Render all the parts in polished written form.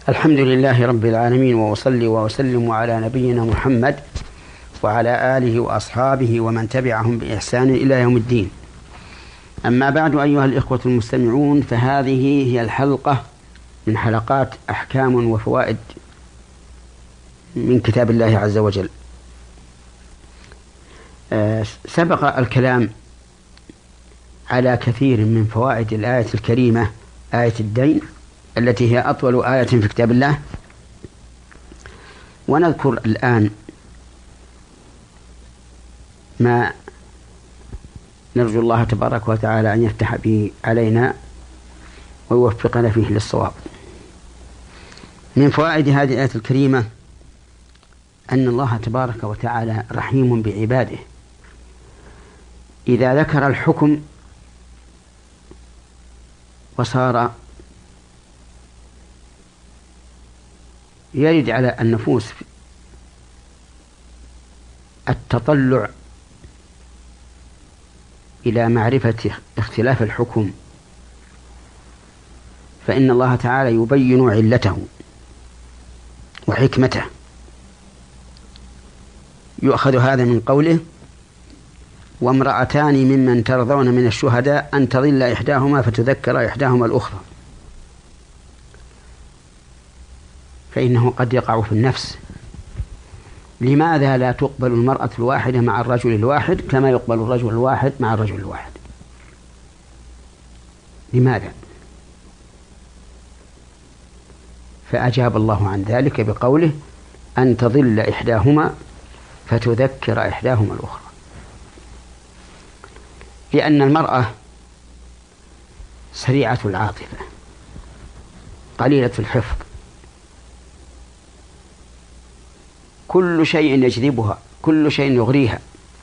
الحمد لله رب العالمين، وأصلي وأسلم على نبينا محمد وعلى آله وأصحابه ومن تبعهم بإحسان إلى يوم الدين. أما بعد، أيها الإخوة المستمعون، فهذه هي الحلقة من حلقات أحكام وفوائد من كتاب الله عز وجل. سبق الكلام على كثير من فوائد الآية الكريمة، آية الدين، التي هي أطول آية في كتاب الله. ونذكر الآن ما نرجو الله تبارك وتعالى أن يفتح به علينا ويوفقنا فيه للصواب. من فوائد هذه الآية الكريمة أن الله تبارك وتعالى رحيم بعباده. إذا ذكر الحكم وصار يرد على النفوس التطلع إلى معرفة اختلاف الحكم، فإن الله تعالى يبين علته وحكمته. يؤخذ هذا من قوله: وامرأتان ممن ترضون من الشهداء أن تضل إحداهما فتذكر إحداهما الأخرى. فإنه قد يقع في النفس: لماذا لا تقبل المرأة الواحدة مع الرجل الواحد كما يقبل الرجل الواحد مع الرجل الواحد؟ لماذا؟ فأجاب الله عن ذلك بقوله: أن تضل إحداهما فتذكر إحداهما الأخرى. لأن المرأة سريعة العاطفة قليلة الحفظ، كل شيء يجذبها، كل شيء يغريها،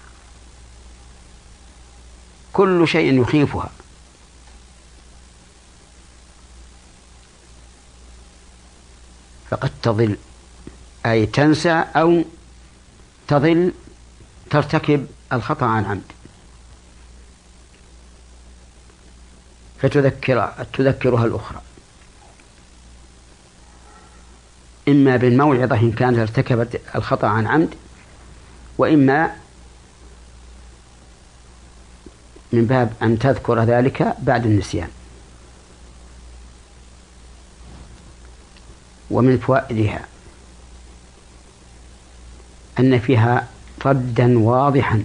كل شيء يخيفها. فقد تضل، أي تنسى، أو تضل ترتكب الخطأ عن عمد، فتذكرها الأخرى، إما بالموعظة إن كانت ارتكبت الخطأ عن عمد، وإما من باب أن تذكر ذلك بعد النسيان. ومن فوائدها أن فيها ردا واضحا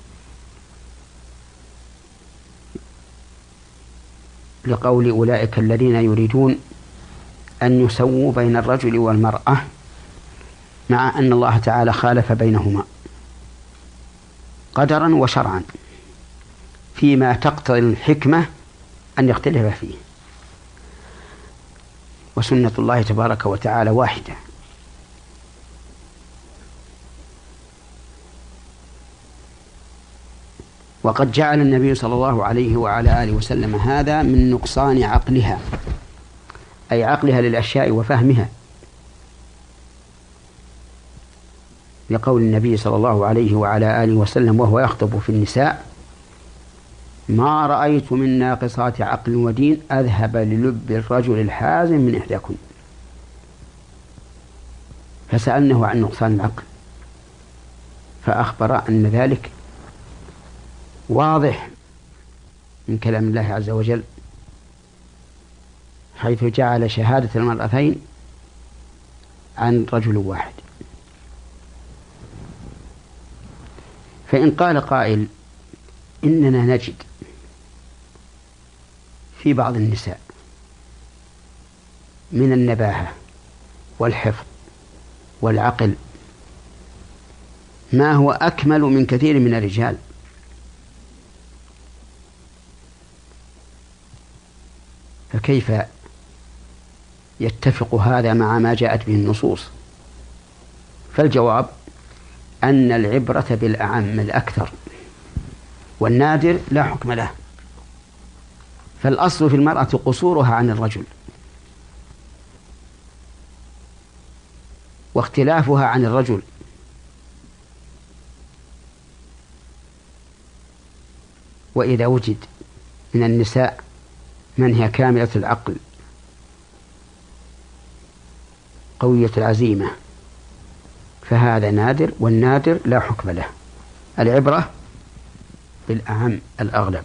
لقول أولئك الذين يريدون أن يسووا بين الرجل والمرأة، مع أن الله تعالى خالف بينهما قدرا وشرعا فيما تقتضي الحكمة أن يختلف فيه، وسنة الله تبارك وتعالى واحدة. وقد جعل النبي صلى الله عليه وعلى آله وسلم هذا من نقصان عقلها، أي عقلها للأشياء وفهمها، لقول النبي صلى الله عليه وعلى آله وسلم وهو يخطب في النساء: ما رأيت من ناقصات عقل ودين أذهب للب الرجل الحازم من إحداكن. فسألناه عن نقصان العقل، فأخبر أن ذلك واضح من كلام الله عز وجل، حيث جعل شهادة المرأتين عن رجل واحد. فإن قال قائل: إننا نجد في بعض النساء من النباهة والحفظ والعقل ما هو أكمل من كثير من الرجال، فكيف يتفق هذا مع ما جاءت به النصوص؟ فالجواب أن العبرة بالأعم الأكثر، والنادر لا حكم له. فالأصل في المرأة قصورها عن الرجل واختلافها عن الرجل، وإذا وجد من النساء من هي كاملة العقل قوية العزيمة فهذا نادر، والنادر لا حكم له، العبرة بالأعم الأغلب.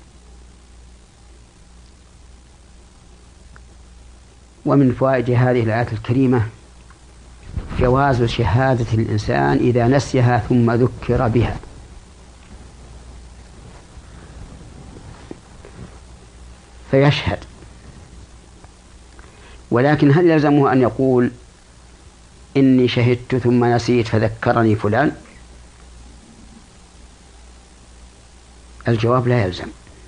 ومن فوائد هذه الآية الكريمة جواز شهادة الإنسان إذا نسيها ثم ذكر بها، فيشهد، ولكن هل يلزمه أن يقول إني شهدت ثم نسيت فذكرني فلان؟ الجواب لا يلزم،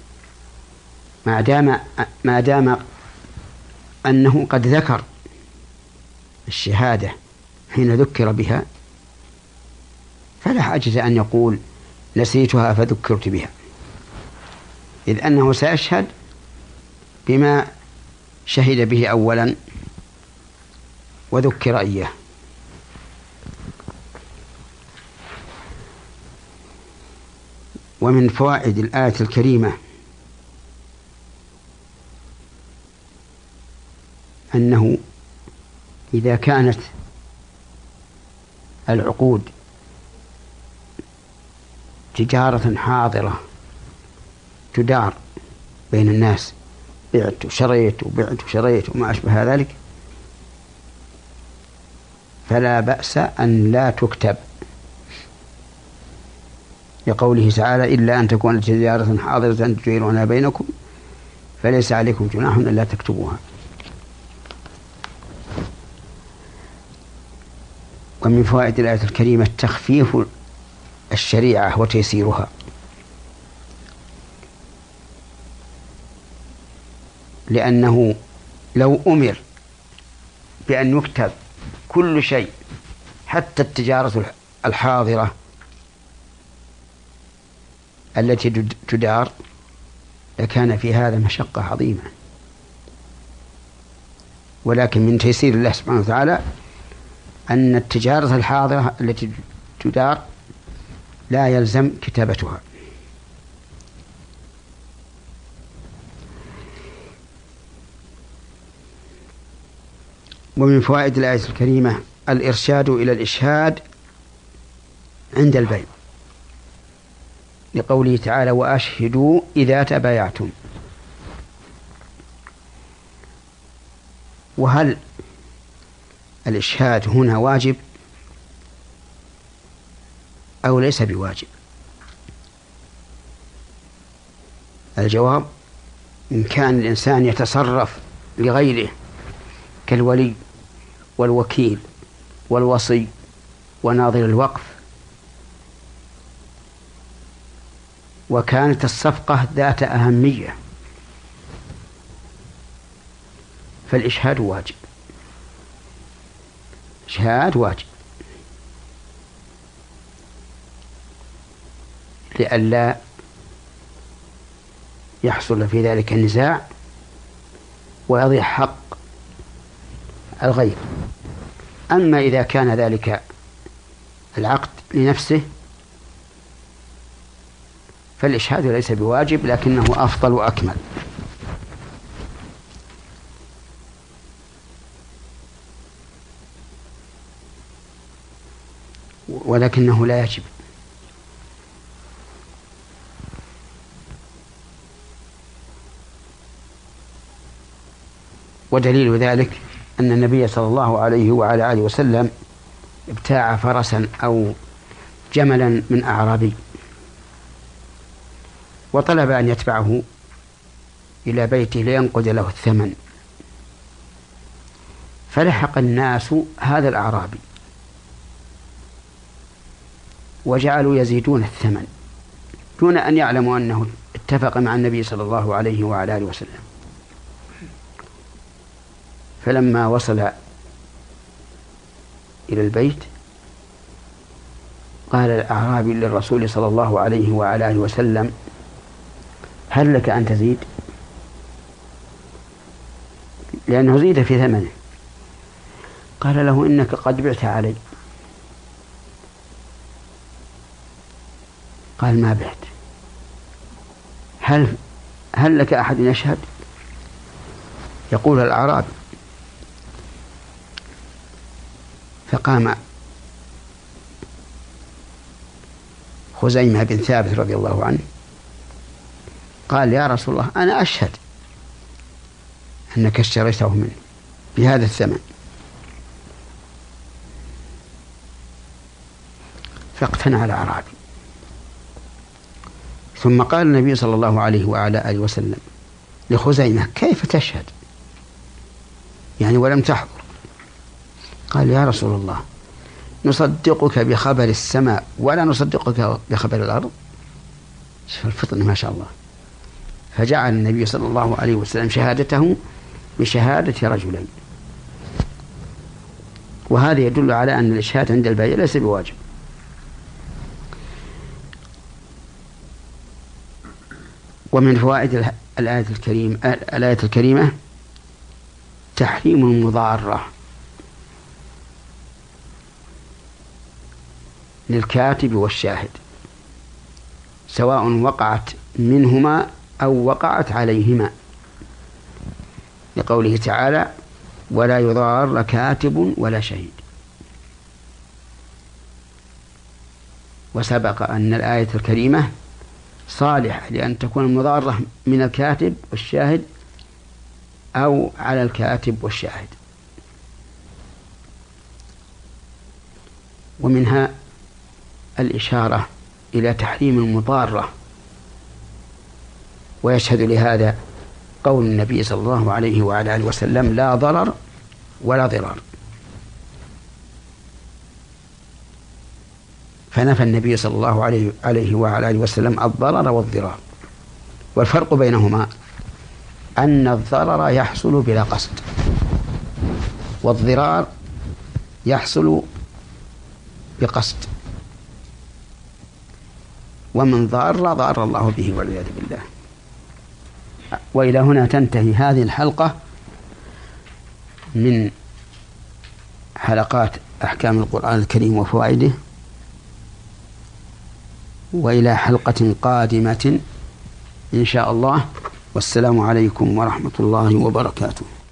ما دام أنه قد ذكر الشهادة حين ذكر بها، فلا حاجة أن يقول نسيتها فذكرت بها، إذ أنه سيشهد بما شهد به أولا وذكر إياه. ومن فوائد الآية الكريمة أنه إذا كانت العقود تجارة حاضرة تدار بين الناس، بعت وشريت وبعت وشريت وما أشبه ذلك، فلا بأس أن لا تكتب، لقوله تعالى إلا أن تكون تجارة حاضرة تديرونها بينكم فليس عليكم جناح ألا تكتبوها. ومن فوائد الآية الكريمة تخفيف الشريعة وتيسيرها، لأنه لو أمر بأن يكتب كل شيء حتى التجارة الحاضرة التي تدار لكان في هذا مشقة عظيمة، ولكن من تيسير الله سبحانه وتعالى أن التجارة الحاضرة التي تدار لا يلزم كتابتها. ومن فوائد الآية الكريمة الإرشاد إلى الإشهاد عند البيع، لقوله تعالى وأشهدوا إذا تبايعتم. وهل الإشهاد هنا واجب أو ليس بواجب؟ الجواب إن كان الإنسان يتصرف لغيره كالولي والوكيل والوصي وناظر الوقف، وكانت الصفقة ذات أهمية، فالإشهاد واجب، إشهاد واجب لئلا يحصل في ذلك النزاع ويضيع حق الغير. أما إذا كان ذلك العقد لنفسه فالإشهاد ليس بواجب لكنه أفضل وأكمل. ولكنه لا يجب. ودليل ذلك أن النبي صلى الله عليه وعلى آله وسلم ابتاع فرسا أو جملا من أعرابي وطلب أن يتبعه إلى بيته لينقذ له الثمن، فلحق الناس هذا الأعرابي وجعلوا يزيدون الثمن دون أن يعلموا أنه اتفق مع النبي صلى الله عليه وعلى آله وسلم. فلما وصل إلى البيت قال الأعرابي للرسول صلى الله عليه وعلى آله وسلم هل لك أن تزيد؟ لأنه زيد في ثمنه. قال له إنك قد بعت علي. قال ما بعت. هل لك أحد يشهد؟ يقول الأعرابي فقام خزيمة بن ثابت رضي الله عنه قال يا رسول الله أنا أشهد أنك اشتريته منه بهذا الثمن. فاقتنع الأعرابي. ثم قال النبي صلى الله عليه وعلى آله وسلم لخزيمة كيف تشهد يعني ولم تحضر؟ قال يا رسول الله نصدقك بخبر السماء ولا نصدقك بخبر الأرض. شوف الفطن ما شاء الله. فجعل النبي صلى الله عليه وسلم شهادته بشهادة رجلين. وهذا يدل على أن الإشهاد عند البيع ليس بواجب. ومن فوائد الآية الكريمة تحريم المضارة للكاتب والشاهد سواء وقعت منهما أو وقعت عليهما، لقوله تعالى ولا يضار كاتب ولا شهيد. وسبق أن الآية الكريمة صالحة لأن تكون المضارة من الكاتب والشاهد أو على الكاتب والشاهد. ومنها الإشارة إلى تحريم المضارة، ويشهد لهذا قول النبي صلى الله عليه وعلى آله وسلم لا ضرر ولا ضرار. فنفى النبي صلى الله عليه وعلى آله وسلم الضرر والضرار. والفرق بينهما أن الضرر يحصل بلا قصد والضرار يحصل بقصد، ومن ضار الله به والعياذ بالله. وإلى هنا تنتهي هذه الحلقة من حلقات أحكام القرآن الكريم وفوائده، وإلى حلقة قادمة إن شاء الله، والسلام عليكم ورحمة الله وبركاته.